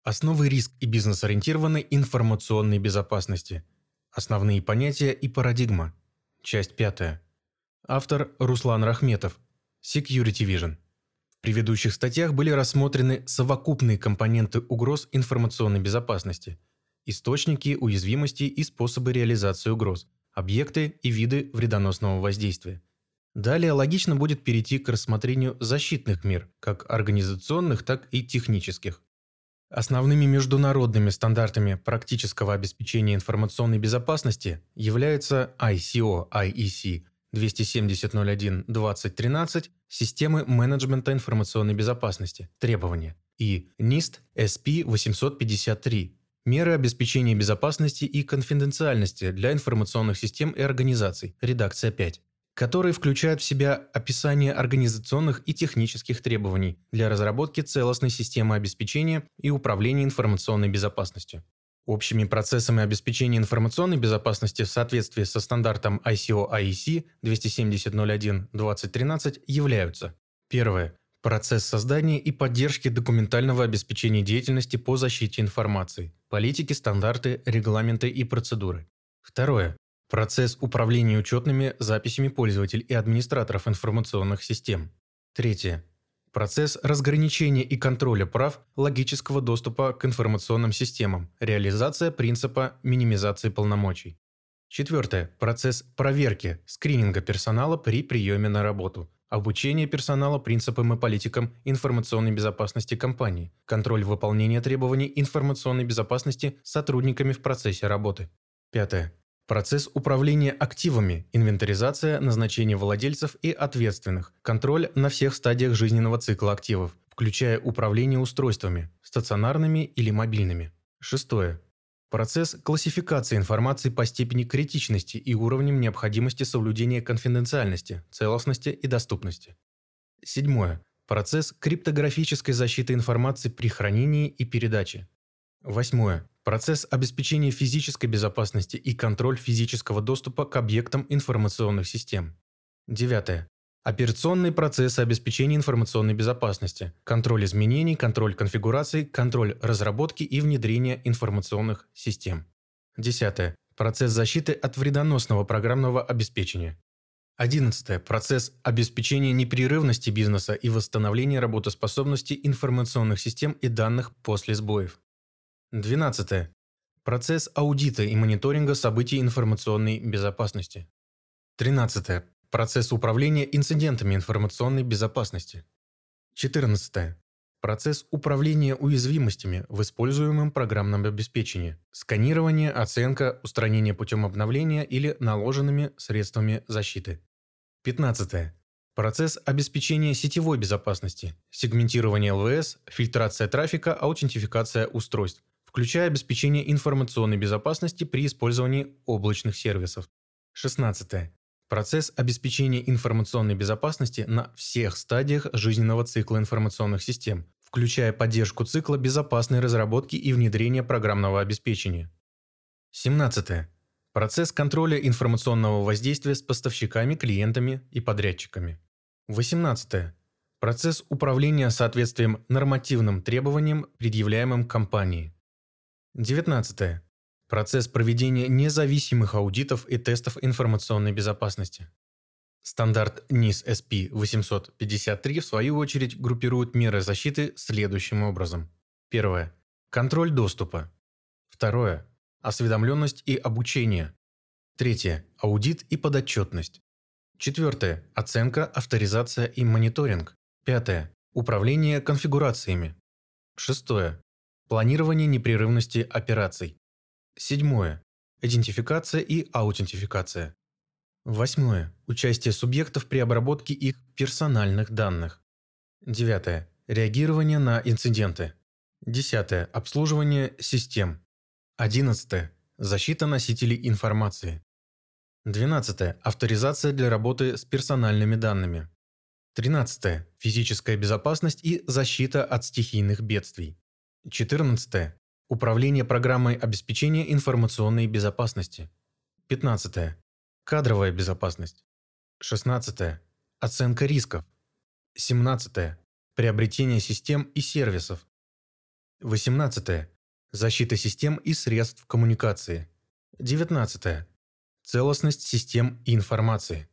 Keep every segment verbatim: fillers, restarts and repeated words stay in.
Основы риск и бизнес-ориентированной информационной безопасности. Основные понятия и парадигма. Часть пятая. Автор Руслан Рахметов. Security Vision. В предыдущих статьях были рассмотрены совокупные компоненты угроз информационной безопасности, источники уязвимостей и способы реализации угроз, объекты и виды вредоносного воздействия. Далее логично будет перейти к рассмотрению защитных мер, как организационных, так и технических. Основными международными стандартами практического обеспечения информационной безопасности являются ай си о-ай и си двести семьдесят ноль один двадцать тринадцать системы менеджмента информационной безопасности, требования, и нист эс пи восемьсот пятьдесят три меры обеспечения безопасности и конфиденциальности для информационных систем и организаций, редакция пять, которые включают в себя описание организационных и технических требований для разработки целостной системы обеспечения и управления информационной безопасностью. Общими процессами обеспечения информационной безопасности в соответствии со стандартом ай си о-ай и си двести семьдесят ноль один двадцать тринадцать являются: первое. Процесс создания и поддержки документального обеспечения деятельности по защите информации, политики, стандарты, регламенты и процедуры. Второе. Процесс управления учетными записями пользователей и администраторов информационных систем. Третье. Процесс разграничения и контроля прав логического доступа к информационным системам, реализация принципа минимизации полномочий. Четвертое. Процесс проверки, скрининга персонала при приеме на работу, обучение персонала принципам и политикам информационной безопасности компании, контроль выполнения требований информационной безопасности сотрудниками в процессе работы. Пятое. Процесс управления активами, инвентаризация, назначение владельцев и ответственных, контроль на всех стадиях жизненного цикла активов, включая управление устройствами, стационарными или мобильными. Шестое. Процесс классификации информации по степени критичности и уровнем необходимости соблюдения конфиденциальности, целостности и доступности. Седьмое. Процесс криптографической защиты информации при хранении и передаче. Восьмое. Процесс обеспечения физической безопасности и контроль физического доступа к объектам информационных систем. Девятое. Операционные процессы обеспечения информационной безопасности, контроль изменений, контроль конфигураций, контроль разработки и внедрения информационных систем. Десятое. Процесс защиты от вредоносного программного обеспечения. Одиннадцатое. Процесс обеспечения непрерывности бизнеса и восстановления работоспособности информационных систем и данных после сбоев. Двенадцатое. Процесс аудита и мониторинга событий информационной безопасности. Тринадцатое. Процесс управления инцидентами информационной безопасности. Четырнадцатое. Процесс управления уязвимостями в используемом программном обеспечении. Сканирование, оценка, устранение путем обновления или наложенными средствами защиты. Пятнадцатое. Процесс обеспечения сетевой безопасности. Сегментирование эл ви эс, фильтрация трафика, аутентификация устройств, включая обеспечение информационной безопасности при использовании облачных сервисов. шестнадцатое. Процесс обеспечения информационной безопасности на всех стадиях жизненного цикла информационных систем, включая поддержку цикла безопасной разработки и внедрения программного обеспечения. семнадцатое. Процесс контроля информационного воздействия с поставщиками, клиентами и подрядчиками. восемнадцатое. Процесс управления соответствием нормативным требованиям, предъявляемым компанией. девятнадцатое. Процесс проведения независимых аудитов и тестов информационной безопасности. Стандарт нист эс пи восемьсот пятьдесят три в свою очередь группирует меры защиты следующим образом. Первое. Контроль доступа. Второе. Осведомленность и обучение. Третье. Аудит и подотчетность. Четвертое. Оценка, авторизация и мониторинг. Пятое. Управление конфигурациями. Шестое. Планирование непрерывности операций. Седьмое. Идентификация и аутентификация. Восьмое. Участие субъектов при обработке их персональных данных. Девятое. Реагирование на инциденты. Десятое. Обслуживание систем. Одиннадцатое. Защита носителей информации. Двенадцатое. Авторизация для работы с персональными данными. Тринадцатое. Физическая безопасность и защита от стихийных бедствий. Четырнадцатое. Управление программой обеспечения информационной безопасности. Пятнадцатое. Кадровая безопасность. Шестнадцатое. Оценка рисков. Семнадцатое. Приобретение систем и сервисов. восемнадцатое. Защита систем и средств коммуникации. девятнадцатое. Целостность систем и информации.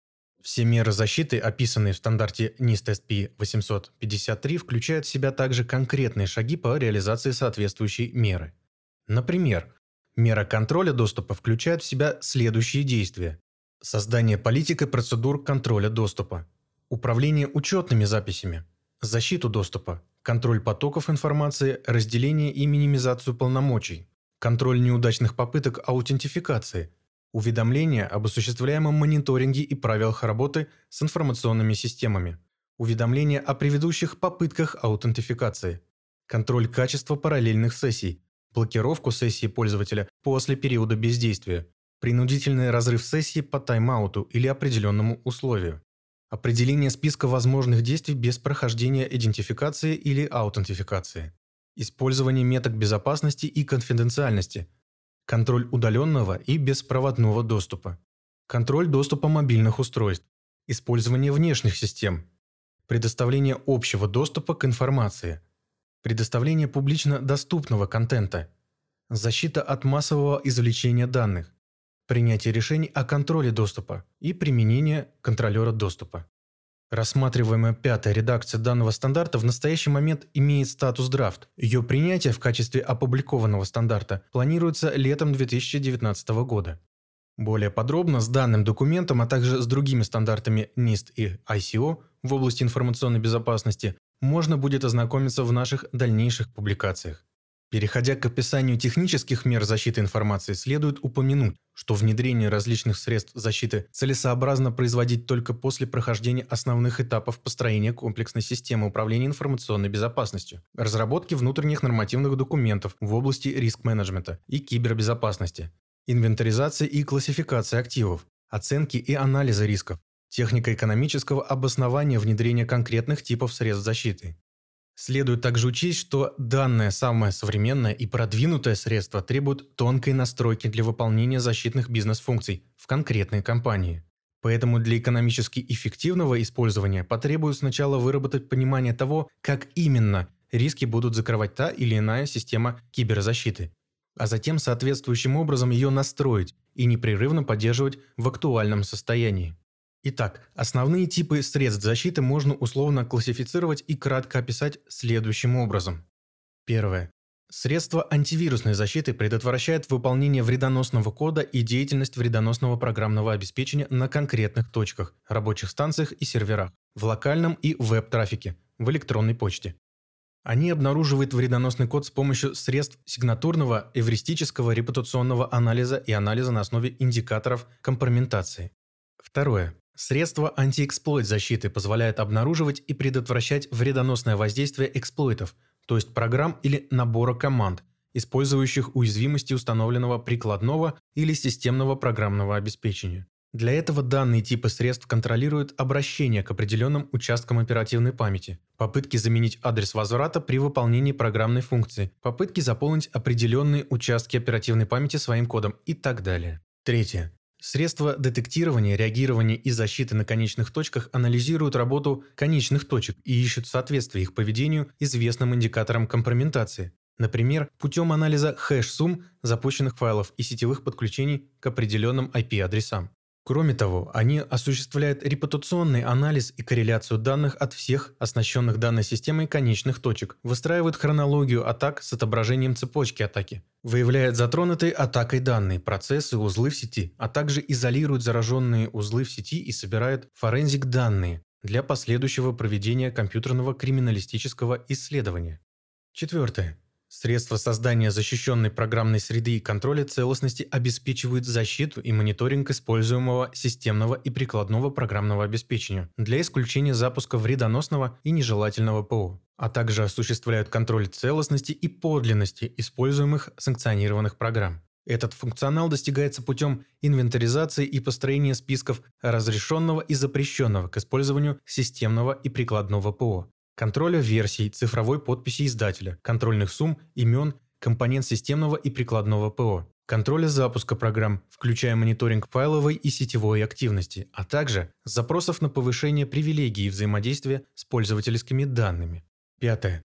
Все меры защиты, описанные в стандарте нист эс пи восемьсот пятьдесят три, включают в себя также конкретные шаги по реализации соответствующей меры. Например, мера контроля доступа включает в себя следующие действия: создание политик и процедур контроля доступа, управление учетными записями, защиту доступа, контроль потоков информации, разделение и минимизацию полномочий, контроль неудачных попыток аутентификации, уведомления об осуществляемом мониторинге и правилах работы с информационными системами, уведомления о предыдущих попытках аутентификации, контроль качества параллельных сессий, блокировку сессии пользователя после периода бездействия, принудительный разрыв сессии по тайм-ауту или определенному условию, определение списка возможных действий без прохождения идентификации или аутентификации, использование меток безопасности и конфиденциальности, контроль удаленного и беспроводного доступа, контроль доступа мобильных устройств, использование внешних систем, предоставление общего доступа к информации, предоставление публично доступного контента, защита от массового извлечения данных, принятие решений о контроле доступа и применение контролера доступа. Рассматриваемая пятая редакция данного стандарта в настоящий момент имеет статус драфт. Ее принятие в качестве опубликованного стандарта планируется летом две тысячи девятнадцатого года. Более подробно с данным документом, а также с другими стандартами нист и ай си о в области информационной безопасности можно будет ознакомиться в наших дальнейших публикациях. Переходя к описанию технических мер защиты информации, следует упомянуть, что внедрение различных средств защиты целесообразно производить только после прохождения основных этапов построения комплексной системы управления информационной безопасностью, разработки внутренних нормативных документов в области риск-менеджмента и кибербезопасности, инвентаризации и классификации активов, оценки и анализа рисков, технико-экономического обоснования внедрения конкретных типов средств защиты. Следует также учесть, что данное самое современное и продвинутое средство требует тонкой настройки для выполнения защитных бизнес-функций в конкретной компании. Поэтому для экономически эффективного использования потребуется сначала выработать понимание того, как именно риски будут закрывать та или иная система киберзащиты, а затем соответствующим образом ее настроить и непрерывно поддерживать в актуальном состоянии. Итак, основные типы средств защиты можно условно классифицировать и кратко описать следующим образом. Первое. Средства антивирусной защиты предотвращают выполнение вредоносного кода и деятельность вредоносного программного обеспечения на конкретных точках, рабочих станциях и серверах, в локальном и веб-трафике, в электронной почте. Они обнаруживают вредоносный код с помощью средств сигнатурного, эвристического, репутационного анализа и анализа на основе индикаторов компрометации. Второе. Средства антиэксплойт защиты позволяют обнаруживать и предотвращать вредоносное воздействие эксплойтов, то есть программ или набора команд, использующих уязвимости установленного прикладного или системного программного обеспечения. Для этого данные типы средств контролируют обращение к определенным участкам оперативной памяти, попытки заменить адрес возврата при выполнении программной функции, попытки заполнить определенные участки оперативной памяти своим кодом и так далее. Третье. Средства детектирования, реагирования и защиты на конечных точках анализируют работу конечных точек и ищут соответствие их поведению известным индикаторам компрометации, например, путем анализа хэш-сумм запущенных файлов и сетевых подключений к определенным ай пи-адресам. Кроме того, они осуществляют репутационный анализ и корреляцию данных от всех оснащенных данной системой конечных точек, выстраивают хронологию атак с отображением цепочки атаки, выявляют затронутые атакой данные, процессы, узлы в сети, а также изолируют зараженные узлы в сети и собирают форензик данные для последующего проведения компьютерного криминалистического исследования. Четвертое. Средства создания защищенной программной среды и контроля целостности обеспечивают защиту и мониторинг используемого системного и прикладного программного обеспечения для исключения запуска вредоносного и нежелательного ПО, а также осуществляют контроль целостности и подлинности используемых санкционированных программ. Этот функционал достигается путем инвентаризации и построения списков разрешенного и запрещенного к использованию системного и прикладного ПО, контроля версий, цифровой подписи издателя, контрольных сумм, имен, компонент системного и прикладного ПО, контроля запуска программ, включая мониторинг файловой и сетевой активности, а также запросов на повышение привилегий взаимодействия с пользовательскими данными. Пятое.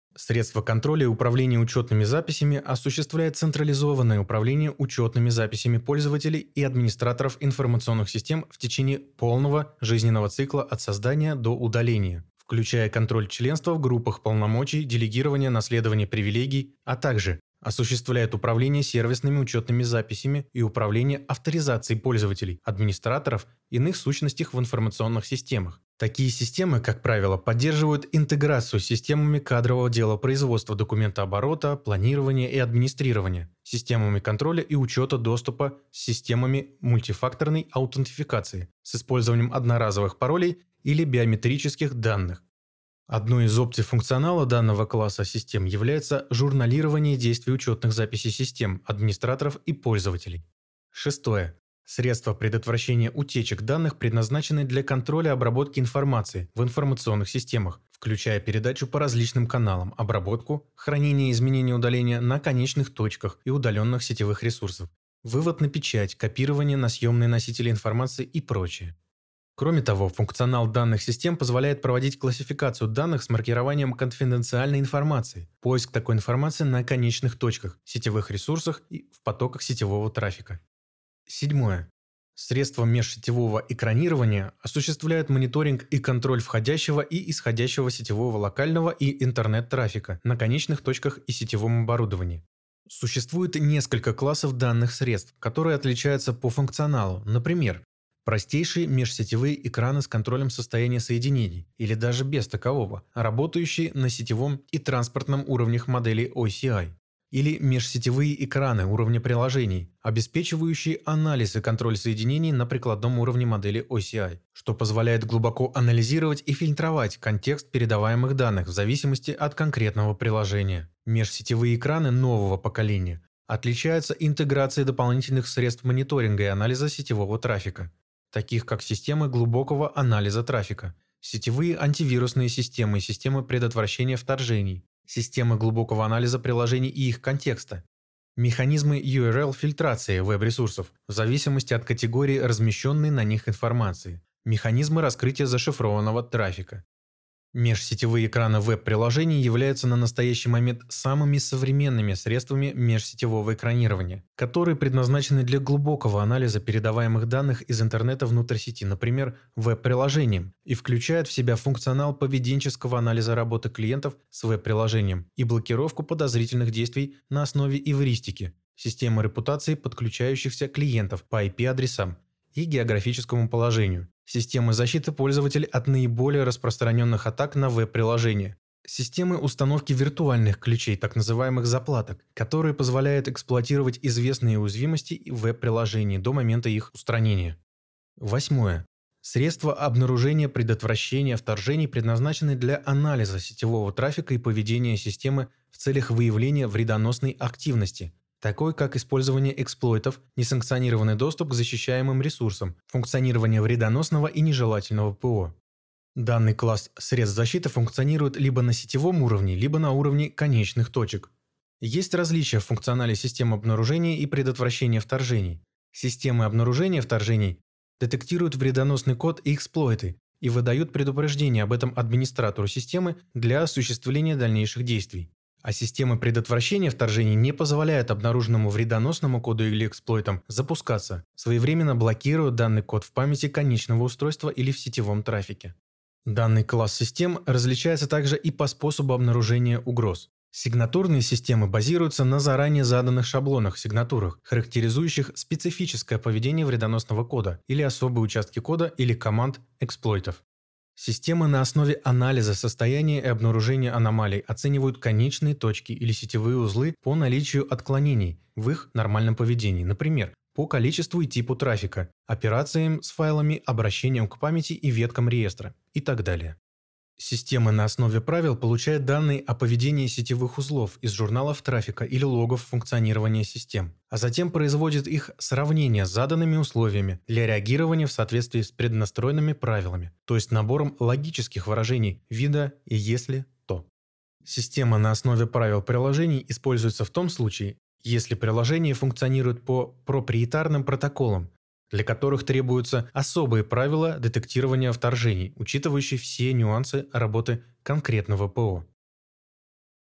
Средства контроля и управления учетными записями осуществляет централизованное управление учетными записями пользователей и администраторов информационных систем в течение полного жизненного цикла от создания до удаления, включая контроль членства в группах полномочий, делегирование, наследование привилегий, а также осуществляет управление сервисными учетными записями и управление авторизацией пользователей, администраторов, иных сущностей в информационных системах. Такие системы, как правило, поддерживают интеграцию с системами кадрового дела производства документооборота, планирования и администрирования, системами контроля и учета доступа с системами мультифакторной аутентификации с использованием одноразовых паролей или биометрических данных. Одной из опций функционала данного класса систем является журналирование действий учетных записей систем, администраторов и пользователей. Шестое. Средства предотвращения утечек данных предназначены для контроля обработки информации в информационных системах, включая передачу по различным каналам, обработку, хранение и изменение удаления на конечных точках и удаленных сетевых ресурсов, вывод на печать, копирование на съемные носители информации и прочее. Кроме того, функционал данных систем позволяет проводить классификацию данных с маркированием конфиденциальной информации, поиск такой информации на конечных точках, сетевых ресурсах и в потоках сетевого трафика. Седьмое. Средства межсетевого экранирования осуществляют мониторинг и контроль входящего и исходящего сетевого локального и интернет-трафика на конечных точках и сетевом оборудовании. Существует несколько классов данных средств, которые отличаются по функционалу, например, простейшие межсетевые экраны с контролем состояния соединений или даже без такового, работающие на сетевом и транспортном уровнях моделей о си ай. Или межсетевые экраны уровня приложений, обеспечивающие анализ и контроль соединений на прикладном уровне модели о си ай, что позволяет глубоко анализировать и фильтровать контекст передаваемых данных в зависимости от конкретного приложения. Межсетевые экраны нового поколения отличаются интеграцией дополнительных средств мониторинга и анализа сетевого трафика, таких как системы глубокого анализа трафика, сетевые антивирусные системы и системы предотвращения вторжений, системы глубокого анализа приложений и их контекста, механизмы ю ар эл-фильтрации веб-ресурсов в зависимости от категории размещенной на них информации, механизмы раскрытия зашифрованного трафика. Межсетевые экраны веб-приложений являются на настоящий момент самыми современными средствами межсетевого экранирования, которые предназначены для глубокого анализа передаваемых данных из интернета внутрь сети, например, веб-приложением, и включают в себя функционал поведенческого анализа работы клиентов с веб-приложением и блокировку подозрительных действий на основе эвристики, системы репутации подключающихся клиентов по ай пи-адресам и географическому положению, системы защиты пользователей от наиболее распространенных атак на веб-приложения, системы установки виртуальных ключей, так называемых заплаток, которые позволяют эксплуатировать известные уязвимости в веб-приложении до момента их устранения. Восьмое. Средства обнаружения предотвращения вторжений предназначены для анализа сетевого трафика и поведения системы в целях выявления вредоносной активности, такой как использование эксплойтов, несанкционированный доступ к защищаемым ресурсам, функционирование вредоносного и нежелательного ПО. Данный класс средств защиты функционирует либо на сетевом уровне, либо на уровне конечных точек. Есть различия в функционале систем обнаружения и предотвращения вторжений. Системы обнаружения вторжений детектируют вредоносный код и эксплойты и выдают предупреждение об этом администратору системы для осуществления дальнейших действий. А системы предотвращения вторжений не позволяют обнаруженному вредоносному коду или эксплойтам запускаться, своевременно блокируют данный код в памяти конечного устройства или в сетевом трафике. Данный класс систем различается также и по способу обнаружения угроз. Сигнатурные системы базируются на заранее заданных шаблонах, сигнатурах, характеризующих специфическое поведение вредоносного кода или особые участки кода или команд эксплойтов. Системы на основе анализа состояния и обнаружения аномалий оценивают конечные точки или сетевые узлы по наличию отклонений в их нормальном поведении, например, по количеству и типу трафика, операциям с файлами, обращениям к памяти и веткам реестра и так далее. Системы на основе правил получают данные о поведении сетевых узлов из журналов трафика или логов функционирования систем, а затем производят их сравнение с заданными условиями для реагирования в соответствии с преднастроенными правилами, то есть набором логических выражений вида и если то. Система на основе правил приложений используется в том случае, если приложение функционирует по проприетарным протоколам, для которых требуются особые правила детектирования вторжений, учитывающие все нюансы работы конкретного ПО.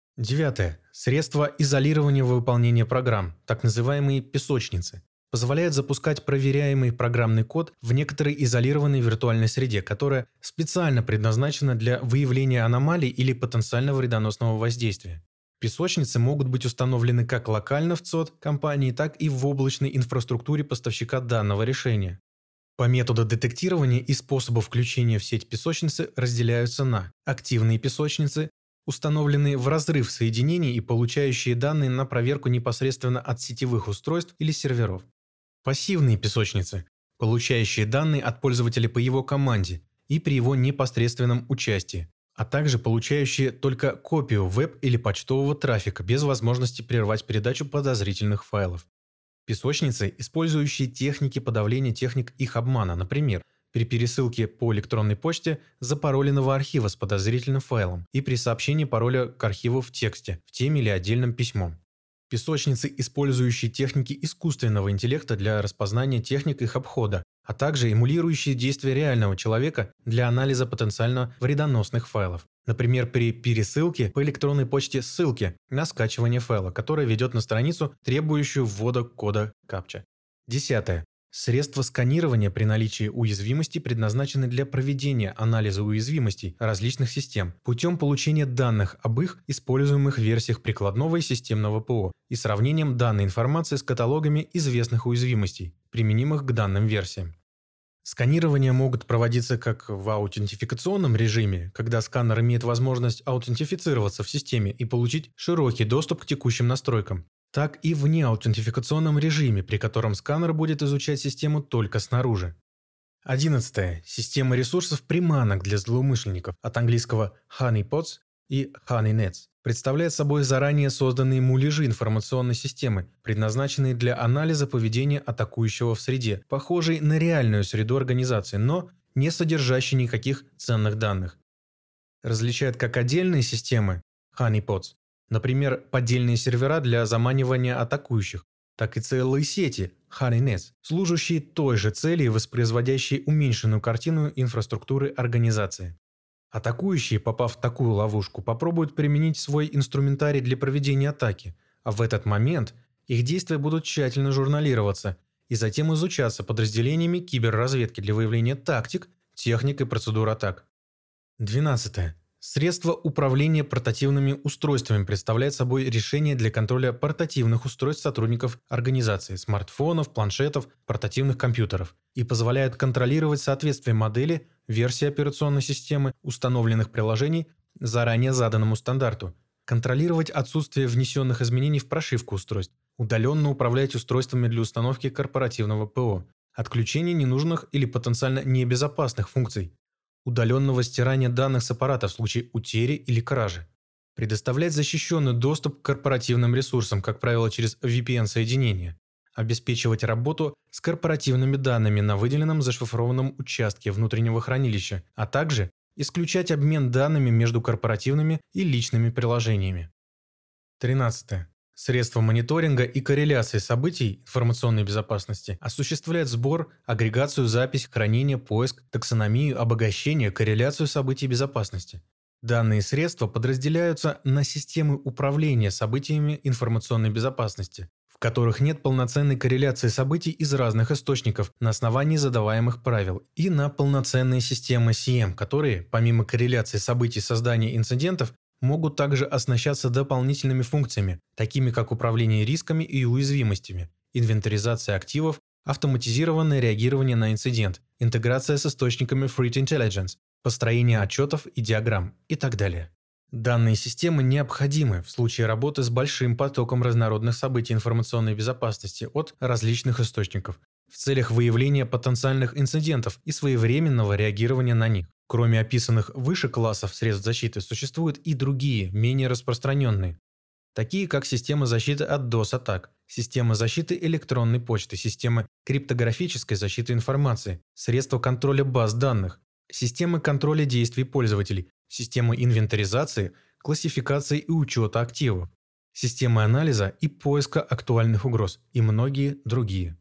Девятое. Средства изолирования выполнения программ, так называемые песочницы, позволяют запускать проверяемый программный код в некоторой изолированной виртуальной среде, которая специально предназначена для выявления аномалий или потенциально вредоносного воздействия. Песочницы могут быть установлены как локально в ЦОД компании, так и в облачной инфраструктуре поставщика данного решения. По методу детектирования и способу включения в сеть песочницы разделяются на активные песочницы, установленные в разрыв соединений и получающие данные на проверку непосредственно от сетевых устройств или серверов. Пассивные песочницы, получающие данные от пользователя по его команде и при его непосредственном участии, а также получающие только копию веб- или почтового трафика без возможности прервать передачу подозрительных файлов. Песочницы, использующие техники подавления техник их обмана, например, при пересылке по электронной почте запароленного архива с подозрительным файлом и при сообщении пароля к архиву в тексте, в теме или отдельным письмом. Песочницы, использующие техники искусственного интеллекта для распознания техник их обхода, а также эмулирующие действия реального человека для анализа потенциально вредоносных файлов. Например, при пересылке по электронной почте ссылки на скачивание файла, которая ведет на страницу, требующую ввода кода капча. Десятое. Средства сканирования при наличии уязвимости предназначены для проведения анализа уязвимостей различных систем путем получения данных об их используемых версиях прикладного и системного ПО и сравнением данной информации с каталогами известных уязвимостей, применимых к данным версиям. Сканирования могут проводиться как в аутентификационном режиме, когда сканер имеет возможность аутентифицироваться в системе и получить широкий доступ к текущим настройкам, так и в неаутентификационном режиме, при котором сканер будет изучать систему только снаружи. Одиннадцатое. Система ресурсов приманок для злоумышленников, от английского honeypots и honeynets, представляет собой заранее созданные муляжи информационной системы, предназначенные для анализа поведения атакующего в среде, похожей на реальную среду организации, но не содержащей никаких ценных данных. Различают как отдельные системы honeypots, например, поддельные сервера для заманивания атакующих, так и целые сети honeynets, служащие той же цели и воспроизводящие уменьшенную картину инфраструктуры организации. Атакующие, попав в такую ловушку, попробуют применить свой инструментарий для проведения атаки, а в этот момент их действия будут тщательно журналироваться и затем изучаться подразделениями киберразведки для выявления тактик, техник и процедур атак. Двенадцатое. Средство управления портативными устройствами представляет собой решение для контроля портативных устройств сотрудников организации, смартфонов, планшетов, портативных компьютеров и позволяет контролировать соответствие модели, версии операционной системы, установленных приложений заранее заданному стандарту, контролировать отсутствие внесенных изменений в прошивку устройств, удаленно управлять устройствами для установки корпоративного ПО, отключение ненужных или потенциально небезопасных функций, удаленного стирания данных с аппарата в случае утери или кражи, предоставлять защищенный доступ к корпоративным ресурсам, как правило, через ви пи эн-соединение, обеспечивать работу с корпоративными данными на выделенном зашифрованном участке внутреннего хранилища, а также исключать обмен данными между корпоративными и личными приложениями. тринадцатое. Средства мониторинга и корреляции событий информационной безопасности осуществляют сбор, агрегацию, запись, хранение, поиск, таксономию, обогащение, корреляцию событий безопасности. Данные средства подразделяются на системы управления событиями информационной безопасности, в которых нет полноценной корреляции событий из разных источников на основании задаваемых правил, и на полноценные системы си эм, которые, помимо корреляции событий создания инцидентов, могут также оснащаться дополнительными функциями, такими как управление рисками и уязвимостями, инвентаризация активов, автоматизированное реагирование на инцидент, интеграция с источниками Threat Intelligence, построение отчетов и диаграмм и так далее. Данные системы необходимы в случае работы с большим потоком разнородных событий информационной безопасности от различных источников в целях выявления потенциальных инцидентов и своевременного реагирования на них. Кроме описанных выше классов средств защиты, существуют и другие, менее распространенные, такие как система защиты от дос-атак, система защиты электронной почты, система криптографической защиты информации, средства контроля баз данных, системы контроля действий пользователей, системы инвентаризации, классификации и учета активов, системы анализа и поиска актуальных угроз и многие другие.